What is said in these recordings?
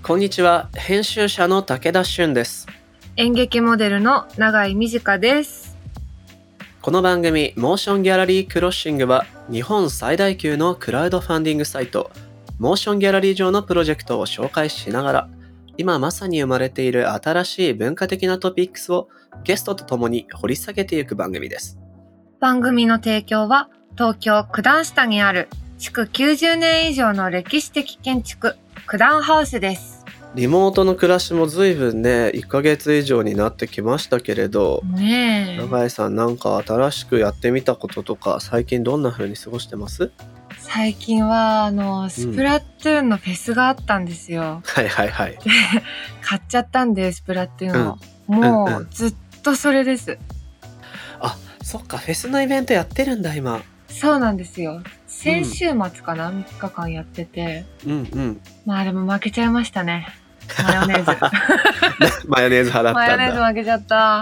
こんにちは、編集者の武田俊です。 演劇モデルの永井美智香です。 この番組モーションギャラリークロッシングは日本最大級のクラウドファンディングサイトモーションギャラリー上のプロジェクトを紹介しながら、今まさに生まれている新しい文化的なトピックスをゲストと共に掘り下げていく番組です。 番組の提供は東京九段下にある築90年以上の歴史的建築九段ハウスです。 リモートの暮らしも随分ね、1ヶ月以上になってきましたけれど、 ねえ、 永井さん、なんか新しくやってみたこととか最近どんな風に過ごしてます？ 最近はスプラトゥーンのフェスがあったんですよ。 はいはいはい。 買っちゃったんで、スプラトゥーンを、もうずっとそれです。 あ、そっか、フェスのイベントやってるんだ今。 そうなんですよ。先週末かな、3日間やってて、まあでも負けちゃいましたね。マヨネーズマヨネーズ払ったんだ。 マヨネーズ負けちゃった。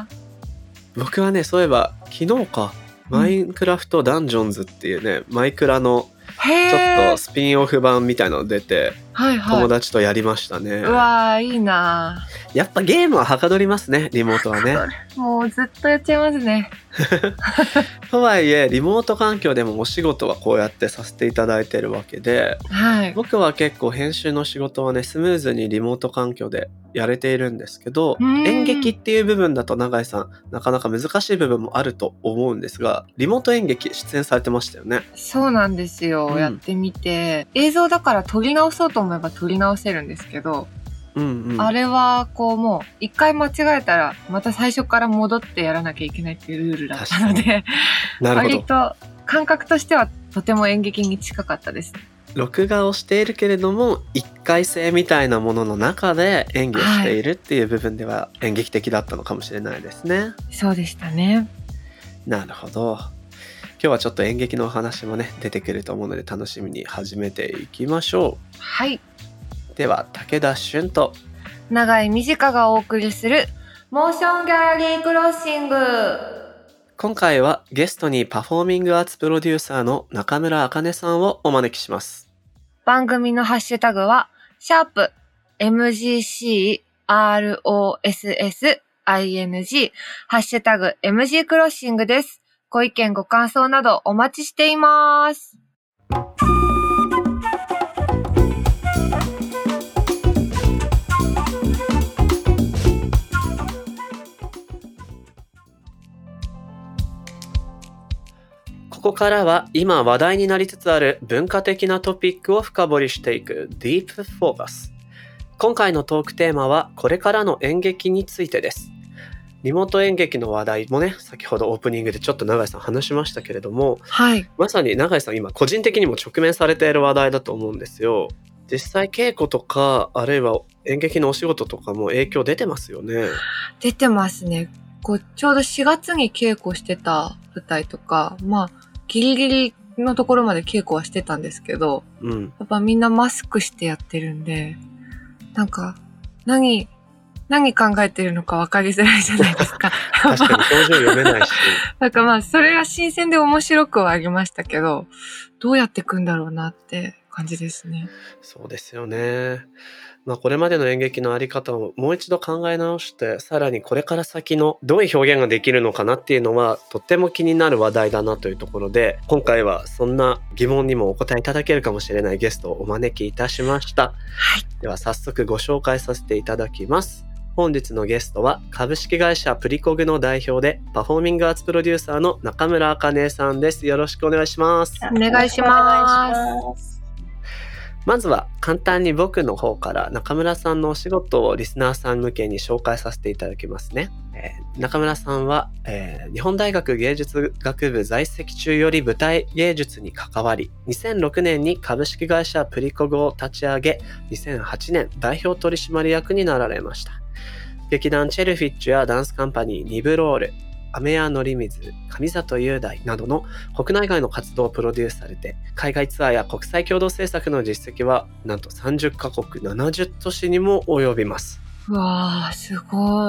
僕はね、そういえば昨日か、マインクラフトダンジョンズっていうね、マイクラのちょっとスピンオフ版みたいなの出て、友達とやりましたね。 うわー、いいな。 やっぱゲームははかどりますね、リモートはね。 もうずっとやっちゃいますね。 とはいえリモート環境でもお仕事はこうやってさせていただいてるわけで、僕は結構編集の仕事はね、スムーズにリモート環境でやれているんですけど、演劇っていう部分だと永井さんなかなか難しい部分もあると思うんですが、リモート演劇出演されてましたよね。 そうなんですよ、やってみて、映像だから撮り直そうと思えば撮り直せるんですけど、あれはこうもう一回間違えたらまた最初から戻ってやらなきゃいけないっていうルールだったので、割と感覚としてはとても演劇に近かったです。 録画をしているけれども一回性みたいなものの中で演技をしているっていう部分では演劇的だったのかもしれないですね。 そうでしたね。 なるほど。今日はちょっと演劇のお話もね出てくると思うので楽しみに始めていきましょう。 はい。 では武田俊と永井美智香がお送りするモーションギャラリークロッシング。 今回はゲストにパフォーミングアーツプロデューサーの中村茜さんをお招きします。 番組のハッシュタグは#MGCROSSINGハッシュタグ MG クロッシングです。ご意見ご感想などお待ちしています。 ここからは今話題になりつつある文化的なトピックを深掘りしていく Deep Focus。今回のトークテーマはこれからの演劇についてです。リモート演劇の話題もね、先ほどオープニングでちょっと永井さん話しましたけれども、まさに永井さん今個人的にも直面されている話題だと思うんですよ。実際稽古とかあるいは演劇のお仕事とかも影響出てますよね。 出てますね。ちょうど4月に稽古してた舞台とか、ギリギリのところまで稽古はしてたんですけど、やっぱみんなマスクしてやってるんで、なんか何考えてるのか分かりづらいじゃないですか。 確かに表情読めないし。 なんかそれが新鮮で面白くはありましたけど、どうやっていくんだろうなって感じですね。 そうですよね。これまでの演劇のあり方をもう一度考え直して、さらにこれから先のどういう表現ができるのかなっていうのはとっても気になる話題だなというところで、今回はそんな疑問にもお答えいただけるかもしれないゲストをお招きいたしました。では早速ご紹介させていただきます。本日のゲストは株式会社プリコグの代表でパフォーミングアーツプロデューサーの中村茜さんです。よろしくお願いします。 お願いします。 まずは簡単に僕の方から中村さんのお仕事をリスナーさん向けに紹介させていただきますね。中村さんは、日本大学芸術学部在籍中より舞台芸術に関わり、2006年に株式会社プリコグを立ち上げ、2008年代表取締役になられました。劇団チェルフィッチュやダンスカンパニーニブロール、雨やのり水、上里雄大などの国内外の活動をプロデュースされて、海外ツアーや国際共同制作の実績はなんと30カ国70都市にも及びます。 うわー、すごい。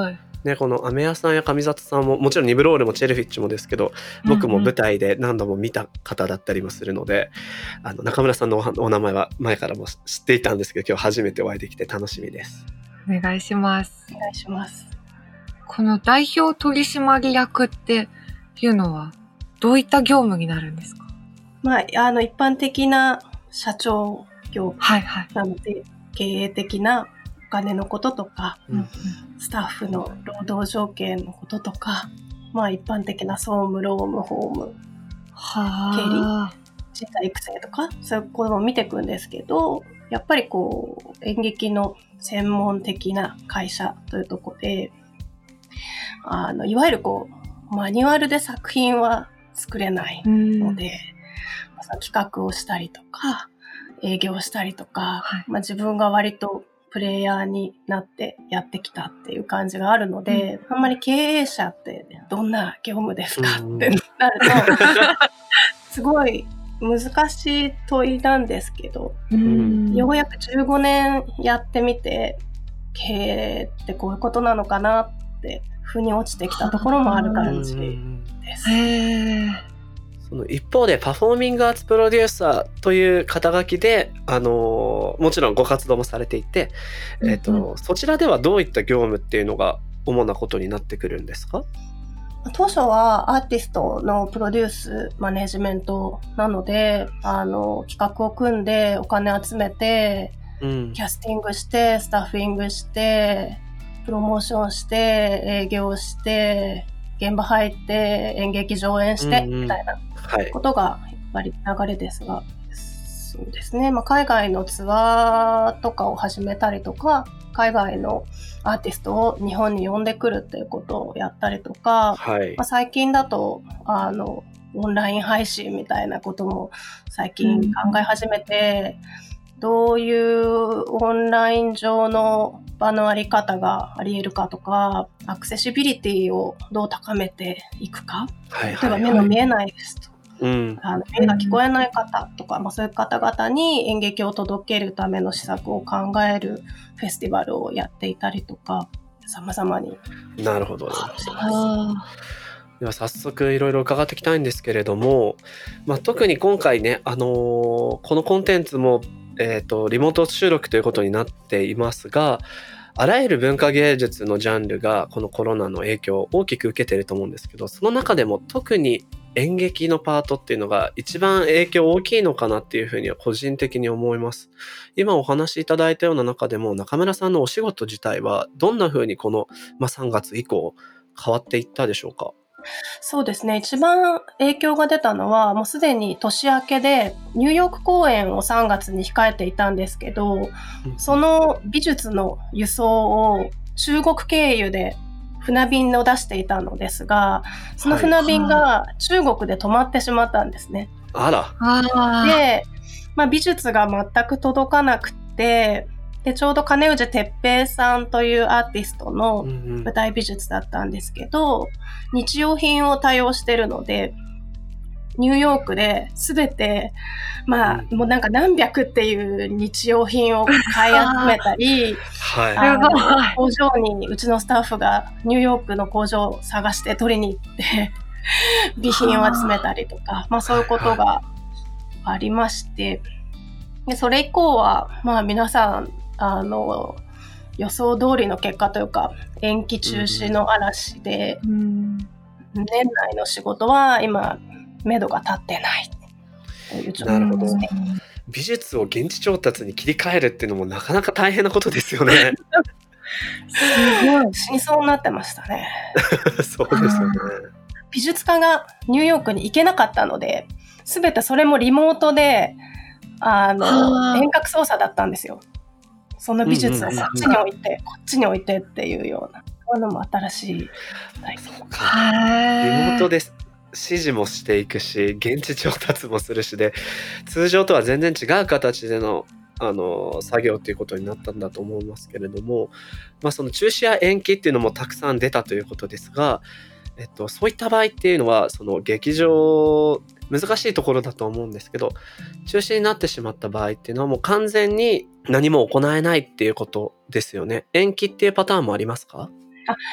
ね、この飴屋さんや上里さんももちろんニブロールもチェルフィッチもですけど、僕も舞台で何度も見た方だったりもするので、中村さんのお名前は前からも知っていたんですけど、今日初めてお会いできて楽しみです。 お願いします。 お願いします。 この代表取締役っていうのはどういった業務になるんですか？ 一般的な社長業務なので、経営的なお金のこととか、スタッフの労働条件のこととか、一般的な総務、労務、法務、経理、人材育成とか、そういうことも見ていくんですけど、やっぱり演劇の専門的な会社というところで、いわゆるマニュアルで作品は作れないので、企画をしたりとか、営業したりとか、自分が割とプレイヤーになってやってきたっていう感じがあるので、あんまり経営者ってどんな業務ですかってなると、すごい難しい問いなんですけど、ようやく15年やってみて、経営ってこういうことなのかなって腑に落ちてきたところもある感じです。 その一方でパフォーミングアーツプロデューサーという肩書きで、もちろんご活動もされていて、そちらではどういった業務っていうのが主なことになってくるんですか？ 当初はアーティストのプロデュースマネジメントなので、企画を組んでお金集めて、キャスティングしてスタッフィングしてプロモーションして営業して現場入って演劇上演してみたいなことがやっぱり流れですが、そうですね、海外のツアーとかを始めたりとか、海外のアーティストを日本に呼んでくるっていうことをやったりとか、最近だとオンライン配信みたいなことも最近考え始めて、どういうオンライン上の場のあり方があり得るかとか、アクセシビリティをどう高めていくか、例えば目の見えない人、目が聞こえない方とか、そういう方々に演劇を届けるための施策を考えるフェスティバルをやっていたりとか、様々に。 なるほど。では早速いろいろ伺っていきたいんですけれども、特に今回ね、このコンテンツもリモート収録ということになっていますが、あらゆる文化芸術のジャンルがこのコロナの影響を大きく受けていると思うんですけど、その中でも特に演劇のパートっていうのが一番影響大きいのかなっていうふうには個人的に思います。今お話しいただいたような中でも中村さんのお仕事自体はどんなふうにこの3月以降変わっていったでしょうか？ そうですね。一番影響が出たのは、もうすでに年明けでニューヨーク公演を3月に控えていたんですけど、その美術の輸送を中国経由で船便を出していたのですが、その船便が中国で止まってしまったんですね。 あら。 で、美術が全く届かなくて、でちょうど金氏哲平さんというアーティストの舞台美術だったんですけど、日用品を多用してるので、ニューヨークで全て、もうなんか何百っていう日用品を買い集めたり、工場にうちのスタッフがニューヨークの工場を探して取りに行って備品を集めたりとか、そういうことがありまして、でそれ以降は皆さん予想通りの結果というか、延期中止の嵐で、年内の仕事は今目処が立ってないという状況ですね。 美術を現地調達に切り替えるっていうのもなかなか大変なことですよね。 すごい死にそうになってましたね。 そうですよね。 美術家がニューヨークに行けなかったので、全てそれもリモートで遠隔操作だったんですよ。その美術をこっちに置いて、こっちに置いてっていうような、そういうのも新しい体験。 そうか。リモートで指示もしていくし、現地調達もするしで、通常とは全然違う形での作業ということになったんだと思いますけれども、その中止や延期っていうのもたくさん出たということですが、そういった場合っていうのはその劇場難しいところだと思うんですけど、中止になってしまった場合っていうのはもう完全に何も行えないっていうことですよね。延期っていうパターンもありますか？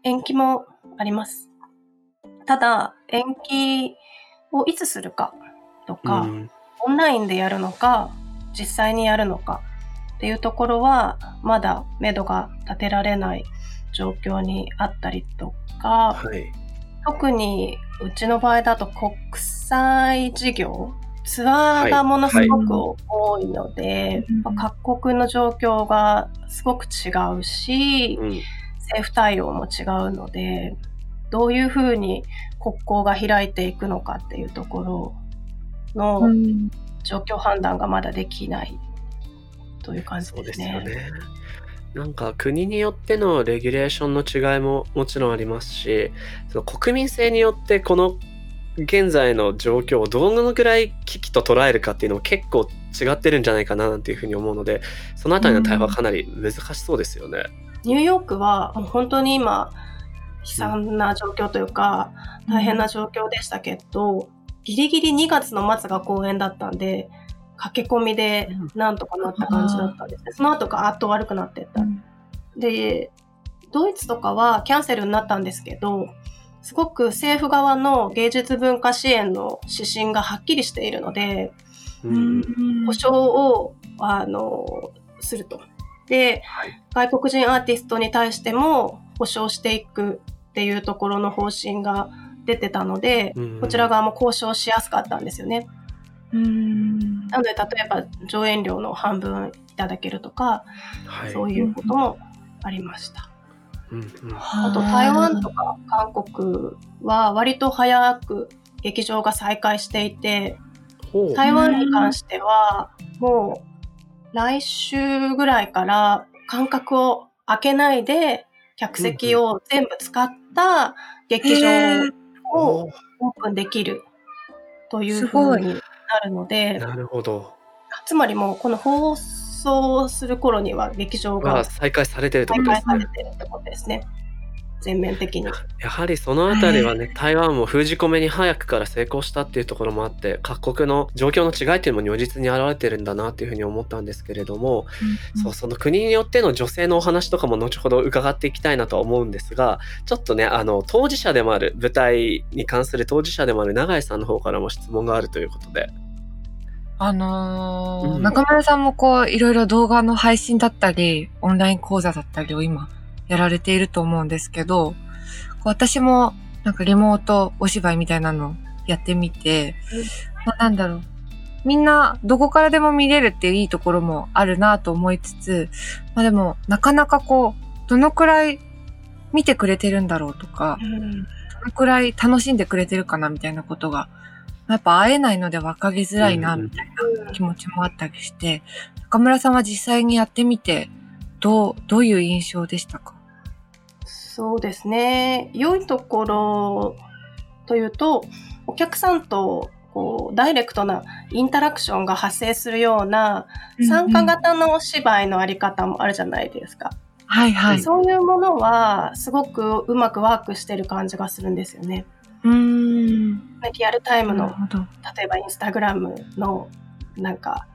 延期もあります。ただ、延期をいつするかとか、オンラインでやるのか、実際にやるのかっていうところは、まだ目処が立てられない状況にあったりとか、 はい、 特にうちの場合だと国際事業、ツアーがものすごく多いので、各国の状況がすごく違うし、政府対応も違うので、どういうふうに国交が開いていくのかっていうところの状況判断がまだできないという感じですね。 そうですよね。なんか国によってのレギュレーションの違いももちろんありますし、その国民性によってこの現在の状況をどのぐらい危機と捉えるかっていうのも結構違ってるんじゃないかななんていうふうに思うので、そのあたりの対話はかなり難しそうですよね。 ニューヨークはもう本当に今悲惨な状況というか、大変な状況でしたけど、ギリギリ2月の末が公演だったんで、駆け込みでなんとかなった感じだったんですね。その後ガーッと悪くなっていった。で、ドイツとかはキャンセルになったんですけど、すごく政府側の芸術文化支援の指針がはっきりしているので、保証をすると。で、外国人アーティストに対しても保証していくっていうところの方針が出てたので、こちら側も交渉しやすかったんですよね。なので例えば上演料の半分いただけるとか、そういうこともありました。あと台湾とか韓国は割と早く劇場が再開していて、台湾に関してはもう来週ぐらいから間隔を空けないで客席を全部使った劇場をオープンできるという風になるので、 なるほど。 つまりもうこの放送する頃には劇場が再開されてるってことですね。 再開されてるってことですね。全面的に。 やはりそのあたりはね、台湾も封じ込めに早くから成功したっていうところもあって、各国の状況の違いっていうのも如実に現れてるんだなっていうふうに思ったんですけれども、その国によっての女性のお話とかも後ほど伺っていきたいなとは思うんですが、ちょっとね、当事者でもある、舞台に関する当事者でもある永井さんの方からも質問があるということで。 中村さんもいろいろ動画の配信だったり、オンライン講座だったりを今やられていると思うんですけど、私もなんかリモートお芝居みたいなのやってみて、なんだろう。みんなどこからでも見れるっていういいところもあるなと思いつつ、でもなかなかどのくらい見てくれてるんだろうとか、どのくらい楽しんでくれてるかなみたいなことが、やっぱ会えないので分かりづらいなみたいな気持ちもあったりして、中村さんは実際にやってみて、どういう印象でしたか？ そうですね。良いところというと、お客さんとダイレクトなインタラクションが発生するような参加型のお芝居のあり方もあるじゃないですか。 はいはい。 そういうものはすごくうまくワークしてる感じがするんですよね。リアルタイムの、例えばインスタグラムのなんか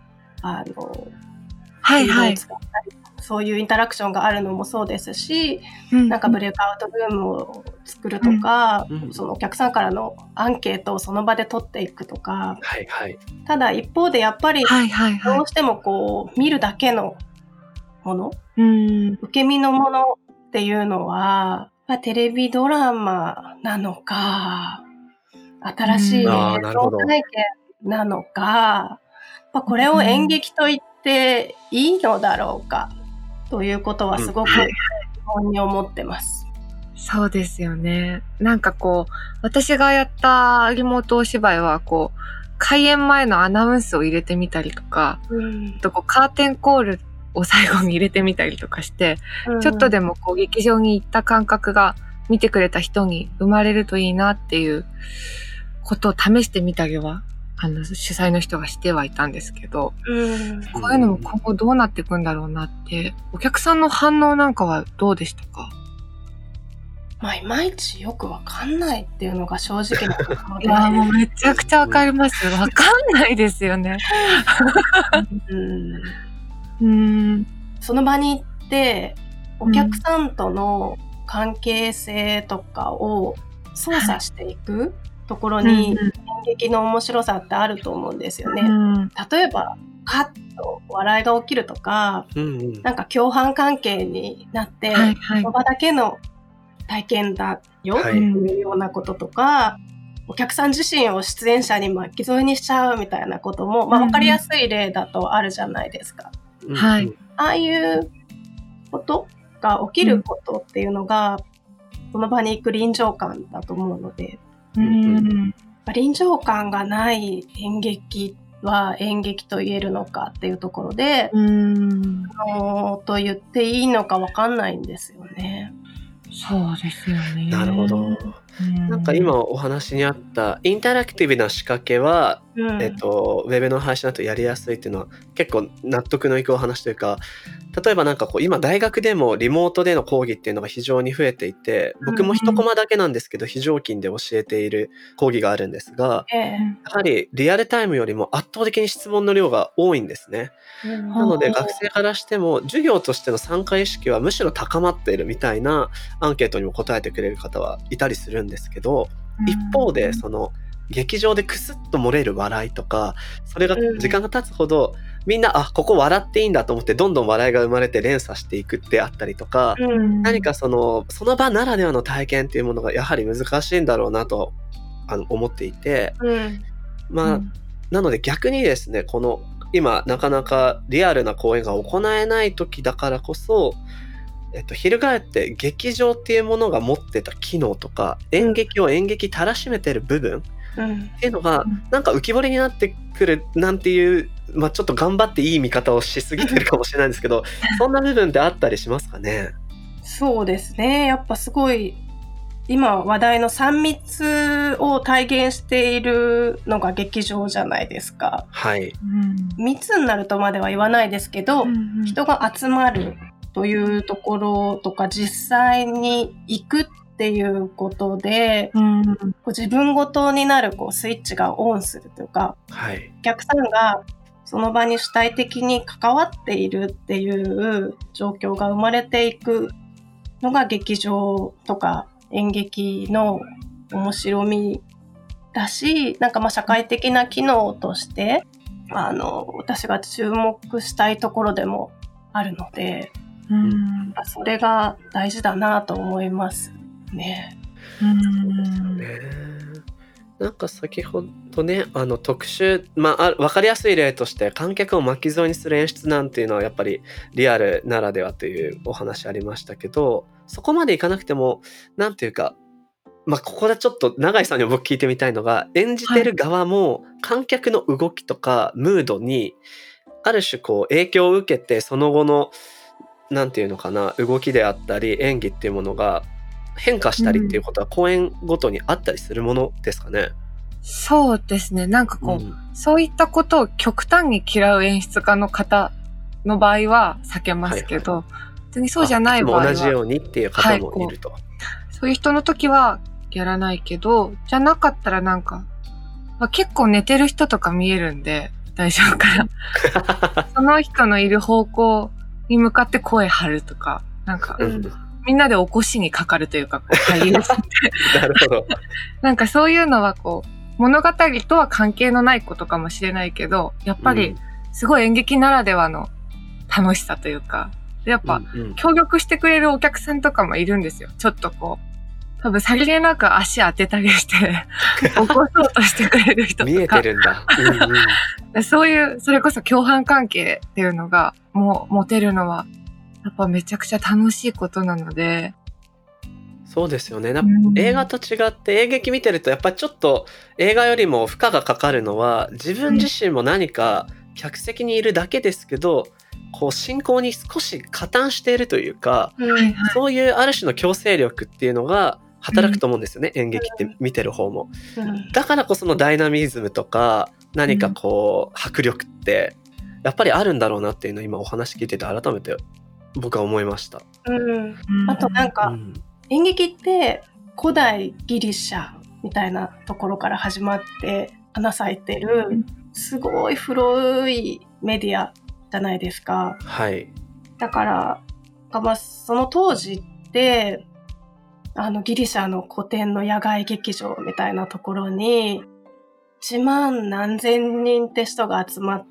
はいはい。 そういうインタラクションがあるのもそうですし、なんかブレイクアウトルームを作るとか、そのお客さんからのアンケートをその場で取っていくとか、ただ一方でやっぱりどうしても見るだけのもの、受け身のものっていうのはテレビドラマなのか、新しい映像体験なのか、これを演劇と言っていいのだろうかということはすごく疑問に思ってます。 そうですよね。なんか私がやったリモートお芝居は開演前のアナウンスを入れてみたりとか、カーテンコールを最後に入れてみたりとかして、ちょっとでも劇場に行った感覚が見てくれた人に生まれるといいなっていうことを試してみたりは主催の人がしてはいたんですけど、こういうのも今後どうなっていくんだろうなって、お客さんの反応なんかはどうでしたか？ いまいちよくわかんないっていうのが正直なところで。 いや、もうめちゃくちゃわかります。わかんないですよね。 その場に行って、お客さんとの関係性とかを操作していくところに演劇の面白さってあると思うんですよね。例えばカッと笑いが起きるとか、なんか共犯関係になって、その場だけの体験だよっていうようなこととか、お客さん自身を出演者に巻き添えにしちゃうみたいなことも、分かりやすい例だとあるじゃないですか。ああいうことが起きることっていうのが、その場に行く臨場感だと思うので、臨場感がない演劇は演劇と言えるのかっていうところで、と言っていいのか分かんないんですよね。 そうですよね。 なるほど。なんか今お話にあったインタラクティブな仕掛けは、ウェブの配信だとやりやすいっていうのは結構納得のいくお話というか、例えばなんかこう今大学でもリモートでの講義っていうのが非常に増えていて、僕も一コマだけなんですけど非常勤で教えている講義があるんですが、やはりリアルタイムよりも圧倒的に質問の量が多いんですね。なので学生からしても授業としての参加意識はむしろ高まっているみたいなアンケートにも答えてくれる方はいたりするんですけど、一方でその劇場でクスッと漏れる笑いとか、それが時間が経つほどみんなここ笑っていいんだと思ってどんどん笑いが生まれて連鎖していくってあったりとか、何かその場ならではの体験っていうものがやはり難しいんだろうなと思っていて、なので逆にですね、この今なかなかリアルな公演が行えない時だからこそ、翻って劇場っていうものが持ってた機能とか、演劇を演劇たらしめてる部分っていうのがなんか浮き彫りになってくるなんていう、ちょっと頑張っていい見方をしすぎてるかもしれないんですけどそんな部分ってあったりしますかね？ そうですね。やっぱすごい今話題の3密を体現しているのが劇場じゃないですか。密になるとまでは言わないですけど、人が集まるというところとか実際に行くっていうことで、自分ごとになるスイッチがオンするというか、お客さんがその場に主体的に関わっているっていう状況が生まれていくのが劇場とか演劇の面白みだし、なんか社会的な機能として私が注目したいところでもあるので、それが大事だなと思いますね。 そうですよね。なんか先ほどね、特集、分かりやすい例として観客を巻き添えにする演出なんていうのはやっぱりリアルならではというお話ありましたけど、そこまでいかなくてもなんていうか、ここでちょっと永井さんに僕聞いてみたいのが、演じてる側も観客の動きとかムードにある種影響を受けて、その後のなんていうのかな、動きであったり演技っていうものが変化したりっていうことは公演ごとにあったりするものですかね？ そうですね。なんかそういったことを極端に嫌う演出家の方の場合は避けますけど、別にそうじゃない場合は同じようにっていう方もいると、 そういう人の時はやらないけど、じゃなかったらなんか、結構寝てる人とか見えるんで大丈夫かなその人のいる方向に向かって声張るとか、なんか、みんなで起こしにかかるというか、俳優さんってなるほど。 なんかそういうのは物語とは関係のないことかもしれないけど、やっぱりすごい演劇ならではの楽しさというか、やっぱ協力してくれるお客さんとかもいるんですよ。ちょっと多分さりげなく足当てたりして起こそうとしてくれる人とか見えてるんだ、 そういうそれこそ共犯関係っていうのがもう持てるのはやっぱめちゃくちゃ楽しいことなので。 そうですよね。映画と違って演劇見てるとやっぱりちょっと映画よりも負荷がかかるのは、自分自身も何か客席にいるだけですけど、進行に少し加担しているというか、そういうある種の強制力っていうのが働くと思うんですよね、演劇って見てる方も。だからこそのダイナミズムとか何か迫力ってやっぱりあるんだろうなっていうのを今お話聞いてて改めて僕は思いました。 あとなんか、演劇って古代ギリシャみたいなところから始まって花咲いてるすごい古いメディアじゃないですか。だからその当時ってギリシャの古典の野外劇場みたいなところに、1万何千人って人が集まって、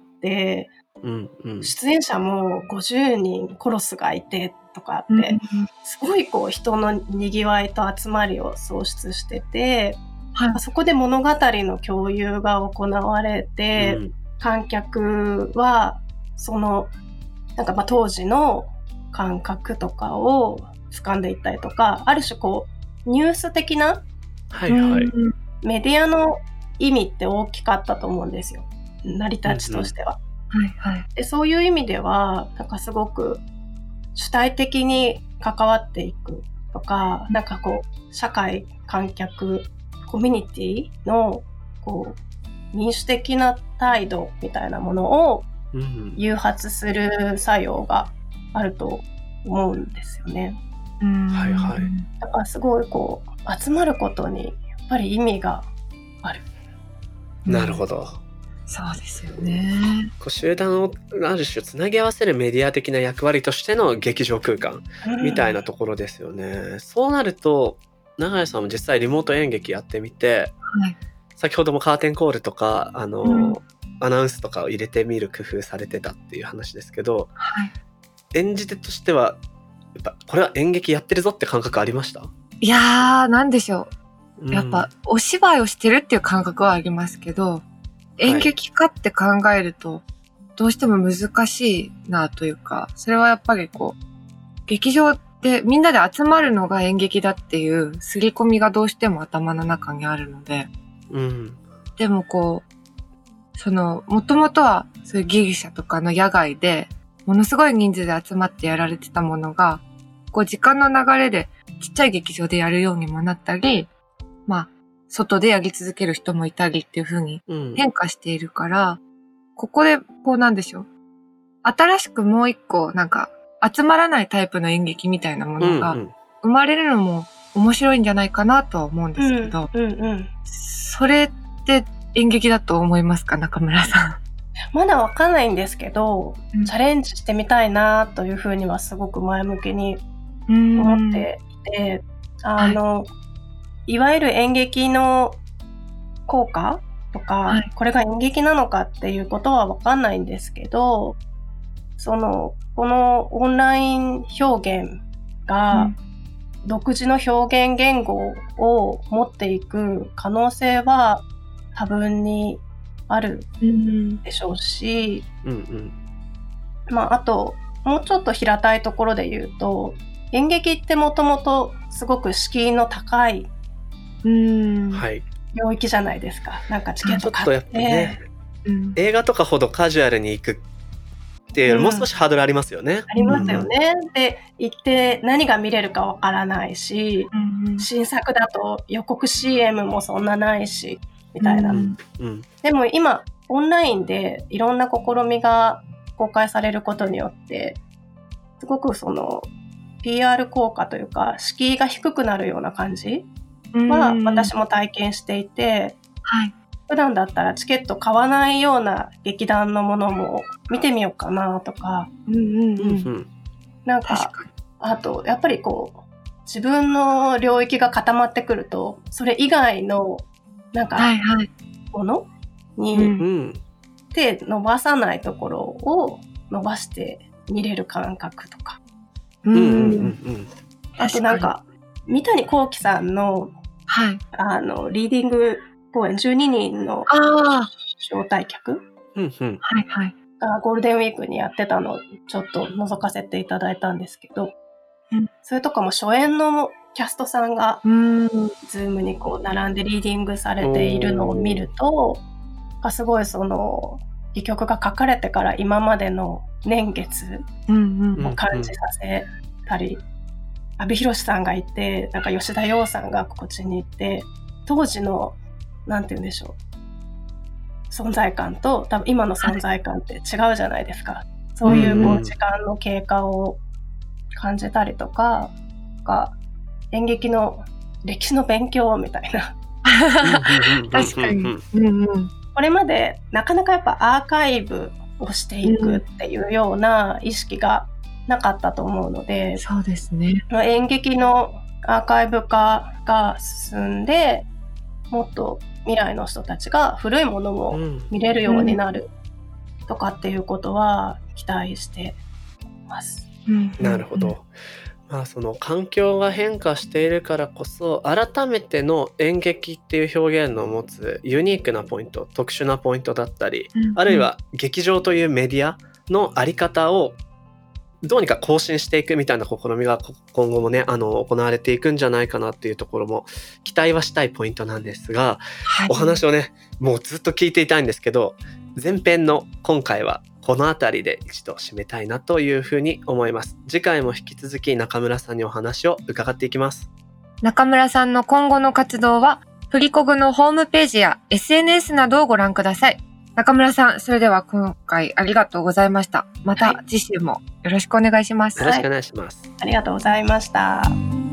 出演者も50人コロスがいてとかって、すごいこう人のにぎわいと集まりを創出してて、そこで物語の共有が行われて、観客はそのなんか当時の感覚とかを掴んでいったりとか、ある種こうニュース的な、メディアの意味って大きかったと思うんですよ、成り立ちとしては。でそういう意味ではなんかすごく主体的に関わっていくとか、なんかこう社会観客コミュニティのこう民主的な態度みたいなものを誘発する作用があると思うんですよね。だからすごいこう集まることにやっぱり意味がある。 なるほど。 そうですよね。 こう集団をある種つなぎ合わせるメディア的な役割としての劇場空間みたいなところですよね。そうなると永井さんも実際リモート演劇やってみて、先ほどもカーテンコールとかアナウンスとかを入れてみる工夫されてたっていう話ですけど、演じ手としてはやっぱこれは演劇やってるぞって感覚ありました？ いやー、なんでしょう。やっぱお芝居をしてるっていう感覚はありますけど、演劇かって考えるとどうしても難しいなというか、それはやっぱりこう劇場でみんなで集まるのが演劇だっていう刷り込みがどうしても頭の中にあるので、でもこうもともとはそういうギリシャとかの野外でものすごい人数で集まってやられてたものが、こう時間の流れでちっちゃい劇場でやるようにもなったり、外でやり続ける人もいたりっていう風に変化しているから、ここでこうなんでしょう。新しくもう一個なんか集まらないタイプの演劇みたいなものが生まれるのも面白いんじゃないかなとは思うんですけど、それって演劇だと思いますか、中村さん？ まだわかんないんですけど、チャレンジしてみたいなというふうにはすごく前向きに思っていて、いわゆる演劇の効果とか、これが演劇なのかっていうことはわかんないんですけど、このオンライン表現が独自の表現言語を持っていく可能性は多分にあるでしょうし、あともうちょっと平たいところで言うと、演劇ってもともとすごく敷居の高い領域じゃないですか。なんかチケット買って、ちょっとやっぱね、 映画とかほどカジュアルに行くっていうよりもう少しハードルありますよね。 ありますよね。で、行って何が見れるかわからないし、新作だと予告 CM もそんなないしみたいな、でも今オンラインでいろんな試みが公開されることによってすごくPR 効果というか敷居が低くなるような感じは私も体験していて、普段だったらチケット買わないような劇団のものも見てみようかなとか、なんかあとやっぱりこう自分の領域が固まってくるとそれ以外のなんかものに手伸ばさないところを伸ばして見れる感覚とか、あとなんか三谷幸喜さんのリーディング公演12人の招待客がゴールデンウィークにやってたのをちょっと覗かせていただいたんですけど、それとかも初演のキャストさんがズームにこう並んでリーディングされているのを見ると、すごい戯曲が書かれてから今までの年月を感じさせたり、阿部寛さんがいて、なんか吉田羊さんがこっちにいて、当時のなんて言うんでしょう、存在感と多分今の存在感って違うじゃないですか。そういうこう時間の経過を感じたりとか、演劇の歴史の勉強みたいな確かに、 これまでなかなかやっぱアーカイブをしていくっていうような意識がなかったと思うので、 そうですね。 演劇のアーカイブ化が進んで、もっと未来の人たちが古いものも見れるようになるとかっていうことは期待しています。 なるほど。その環境が変化しているからこそ、改めての演劇っていう表現の持つユニークなポイント、特殊なポイントだったり、あるいは劇場というメディアのあり方をどうにか更新していくみたいな試みが今後もね、行われていくんじゃないかなっていうところも期待はしたいポイントなんですが、お話をね、もうずっと聞いていたいんですけど、前編の今回はこの辺りで一度締めたいなというふうに思います。次回も引き続き中村さんにお話を伺っていきます。 中村さんの今後の活動は、プリコグのホームページや SNS などをご覧ください。中村さん、それでは今回ありがとうございました。また次週もよろしくお願いします。 よろしくお願いします。 ありがとうございました。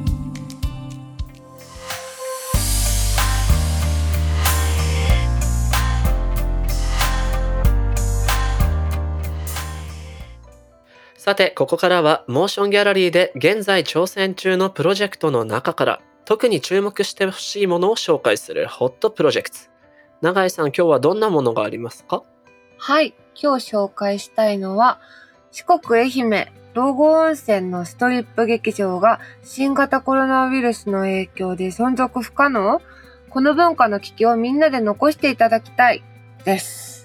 さて、ここからはモーションギャラリーで現在挑戦中のプロジェクトの中から特に注目してほしいものを紹介するホットプロジェクト。永井さん、今日はどんなものがありますか？ はい、今日紹介したいのは、四国愛媛道後温泉のストリップ劇場が新型コロナウイルスの影響で存続不可能？この文化の危機をみんなで残していただきたいです。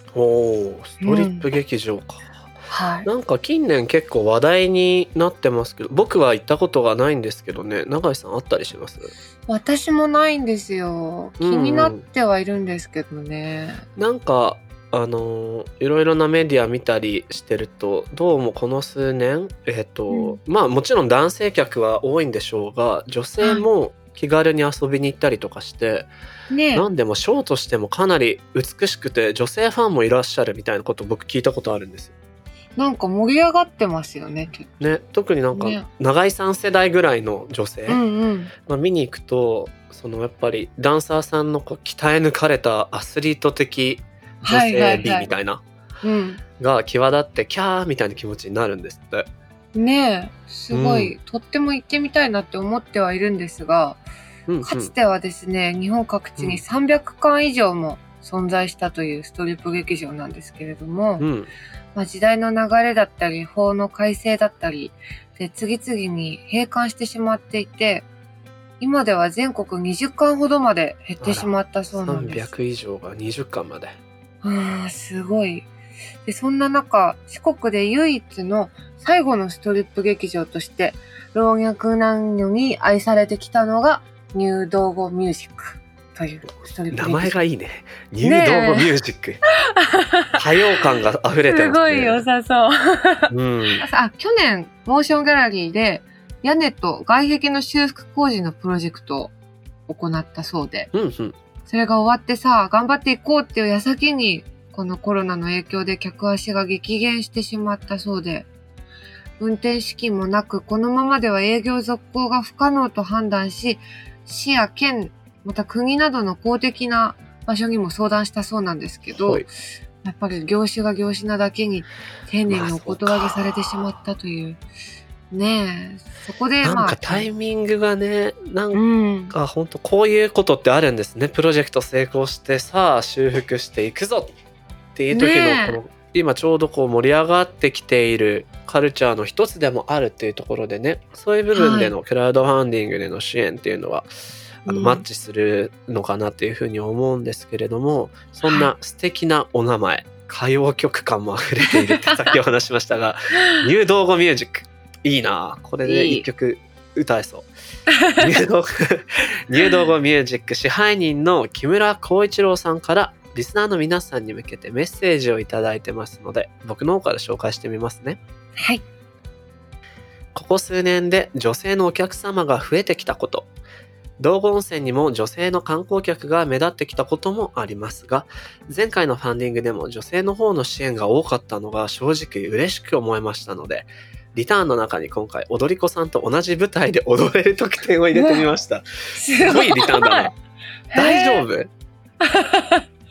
ストリップ劇場か。 はい、 なんか近年結構話題になってますけど、僕は行ったことがないんですけどね。永井さんあったりします？ 私もないんですよ。気になってはいるんですけどね。 なんかいろいろなメディア見たりしてると、どうもこの数年もちろん男性客は多いんでしょうが、女性も気軽に遊びに行ったりとかして、なんでもショーとしてもかなり美しくて女性ファンもいらっしゃるみたいなことを僕聞いたことあるんですよ。 なんか盛り上がってますよね。 特になんか永井さん世代ぐらいの女性、見に行くと、やっぱりダンサーさんの鍛え抜かれたアスリート的女性美みたいなが際立ってキャーみたいな気持ちになるんですって。 すごい、とっても行ってみたいなって思ってはいるんですが、かつてはですね、日本各地に300館以上も存在したというストリップ劇場なんですけれども、時代の流れだったり法の改正だったりで次々に閉館してしまっていて、今では全国20館ほどまで減ってしまったそうなんです。 300以上が20館まで。 すごい。で、そんな中、四国で唯一の最後のストリップ劇場として老若男女に愛されてきたのがニュー道後ミュージックというストリップ劇場。 名前がいいね。ニュー道後ミュージック。多様感が溢れてますね。 すごい良さそう。去年モーションギャラリーで屋根と外壁の修復工事のプロジェクトを行ったそうで、それが終わって頑張っていこうっていう矢先にこのコロナの影響で客足が激減してしまったそうで、運転資金もなくこのままでは営業続行が不可能と判断し、市や県また国などの公的な場所にも相談したそうなんですけど、やっぱり業種が業種なだけに丁寧にお断りされてしまったというそこでなんかタイミングがね、なんか本当こういうことってあるんですね。プロジェクト成功して修復していくぞっていう時のこの今ちょうど盛り上がってきているカルチャーの一つでもあるっていうところでね、そういう部分でのクラウドファンディングでの支援っていうのは、マッチするのかなっていうふうに思うんですけれども、そんな素敵なお名前、歌謡曲感も溢れているってさっきお話しましたがニュー道後ミュージックいいな、これで一曲歌えそうニュー道後ミュージック支配人の木村光一郎さんからリスナーの皆さんに向けてメッセージをいただいてますので、僕の方から紹介してみますね。 はい。 ここ数年で女性のお客様が増えてきたこと、道後温泉にも女性の観光客が目立ってきたこともありますが、前回のファンディングでも女性の方の支援が多かったのが正直嬉しく思いましたので、リターンの中に今回踊り子さんと同じ舞台で踊れる特典を入れてみました。すごいリターンだな。大丈夫？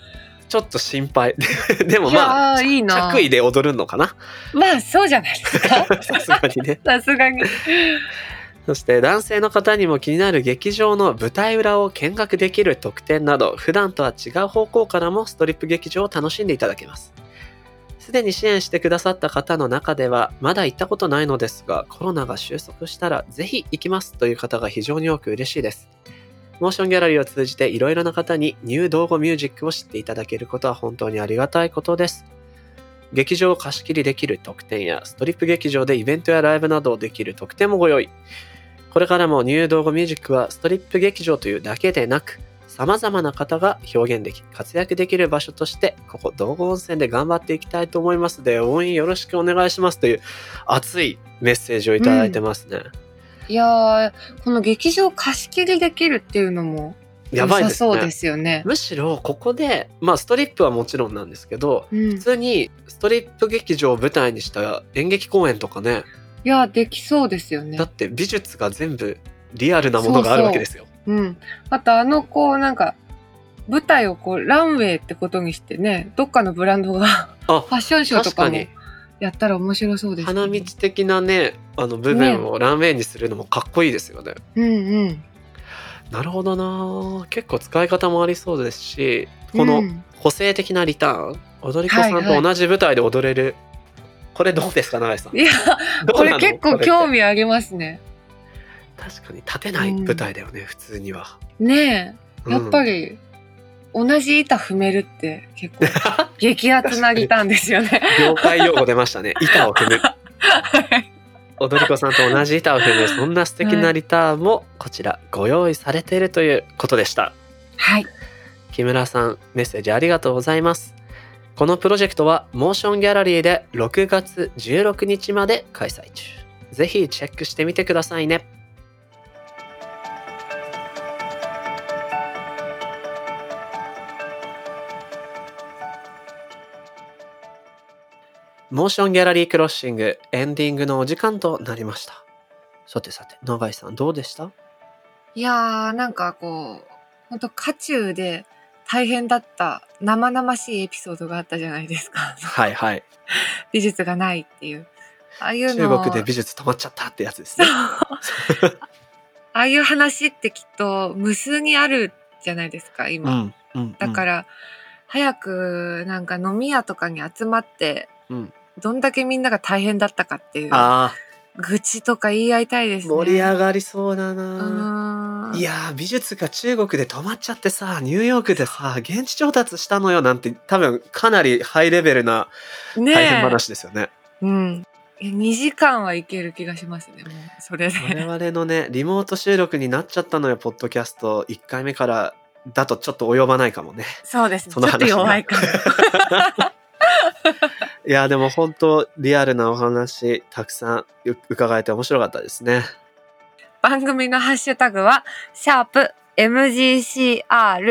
ちょっと心配。でもいやーいいな。 着衣で踊るのかな。 まあそうじゃないですか。 さすがにね。 さすがに。 そして男性の方にも気になる劇場の舞台裏を見学できる特典など、普段とは違う方向からもストリップ劇場を楽しんでいただけます。すでに支援してくださった方の中では、まだ行ったことないのですが、コロナが収束したらぜひ行きますという方が非常に多く嬉しいです。モーションギャラリーを通じていろいろな方にニュー道後ミュージックを知っていただけることは本当にありがたいことです。劇場を貸し切りできる特典や、ストリップ劇場でイベントやライブなどをできる特典もご用意。これからもニュー道後ミュージックはストリップ劇場というだけでなく、様々な方が表現でき、活躍できる場所として、ここ道後温泉で頑張っていきたいと思いますので、応援よろしくお願いしますという熱いメッセージをいただいてますね。 いやー、この劇場貸し切りできるっていうのもやばいですね。 そうですよね。 むしろここで、まあストリップはもちろんなんですけど、普通にストリップ劇場を舞台にした演劇公演とかね。 いや、できそうですよね。 だって美術が全部リアルなものがあるわけですよ。 あとこうなんか舞台をこうランウェイってことにしてね、どっかのブランドがファッションショーとかもやったら面白そうですね。 花道的なね、部分をランウェイにするのもかっこいいですよね。なるほどな。結構使い方もありそうですし、この個性的なリターン、踊り子さんと同じ舞台で踊れる、これどうですか、永井さん。 いや、これ結構興味ありますね。 確かに立てない舞台だよね、普通には。 ねえ、やっぱり同じ板踏めるって結構激アツなリターンですよね。 業界用語出ましたね。板を踏む。踊り子さんと同じ板を踏む、そんな素敵なリターンもこちらご用意されているということでした。 はい。 木村さん、メッセージありがとうございます。このプロジェクトはモーションギャラリーで6月16日まで開催中。ぜひチェックしてみてくださいね。モーションギャラリークロッシングエンディングのお時間となりました。さてさて、永井さんどうでした？ いやー、なんかこう、ほんと渦中で大変だった生々しいエピソードがあったじゃないですか。 はいはい。 美術がないっていう。ああいうの。 中国で美術止まっちゃったってやつですね。 ああいう話ってきっと無数にあるじゃないですか、今。だから、早くなんか飲み屋とかに集まって、どんだけみんなが大変だったかっていう。愚痴とか言い合いたいですね。 盛り上がりそうだな。いやー、美術が中国で止まっちゃってさ、ニューヨークでさ、現地調達したのよなんて、多分かなりハイレベルな大変話ですよね。 2時間はいける気がしますね、もうそれで。 我々のね、リモート収録になっちゃったのよ、ポッドキャスト1回目からだとちょっと及ばないかもね。 そうですね、ちょっと弱いかも。 いやでも本当リアルなお話たくさん伺えて面白かったですね。 番組のハッシュタグは#MGCROSSING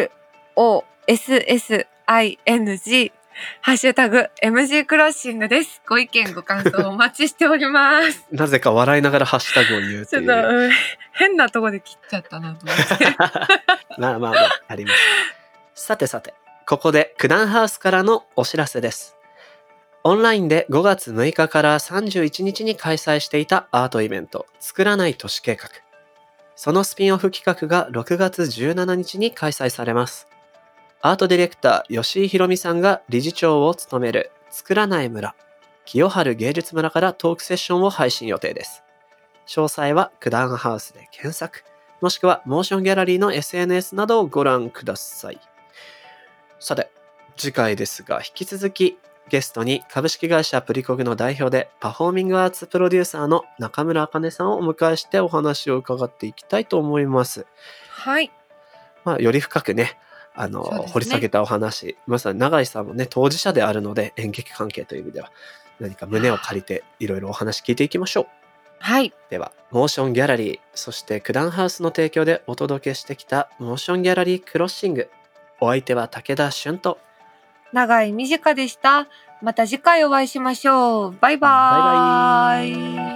ハッシュタグ MG クロッシングです。ご意見ご感想お待ちしております。 なぜか笑いながらハッシュタグを言うっていう。 ちょっと変なとこで切っちゃったなと思って。 まああります。さてさて、ここで九段ハウスからのお知らせです。オンラインで5月6日から31日に開催していたアートイベント、作らない都市計画。そのスピンオフ企画が6月17日に開催されます。アートディレクター吉井ひろみさんが理事長を務める作らない村、清春芸術村からトークセッションを配信予定です。詳細は九段ハウスで検索、もしくはモーションギャラリーの SNS などをご覧ください。さて、次回ですが引き続きゲストに株式会社プリコグの代表でパフォーミングアーツプロデューサーの中村茜さんをお迎えしてお話を伺っていきたいと思います。 はい。 より深くね、掘り下げたお話、まさに永井さんもね、当事者であるので演劇関係という意味では何か胸を借りていろいろお話聞いていきましょう。 はい。 では、モーションギャラリー、そして九段ハウスの提供でお届けしてきたモーションギャラリークロッシング。お相手は武田俊と永井美智香でした。また次回お会いしましょう。バイバーイ。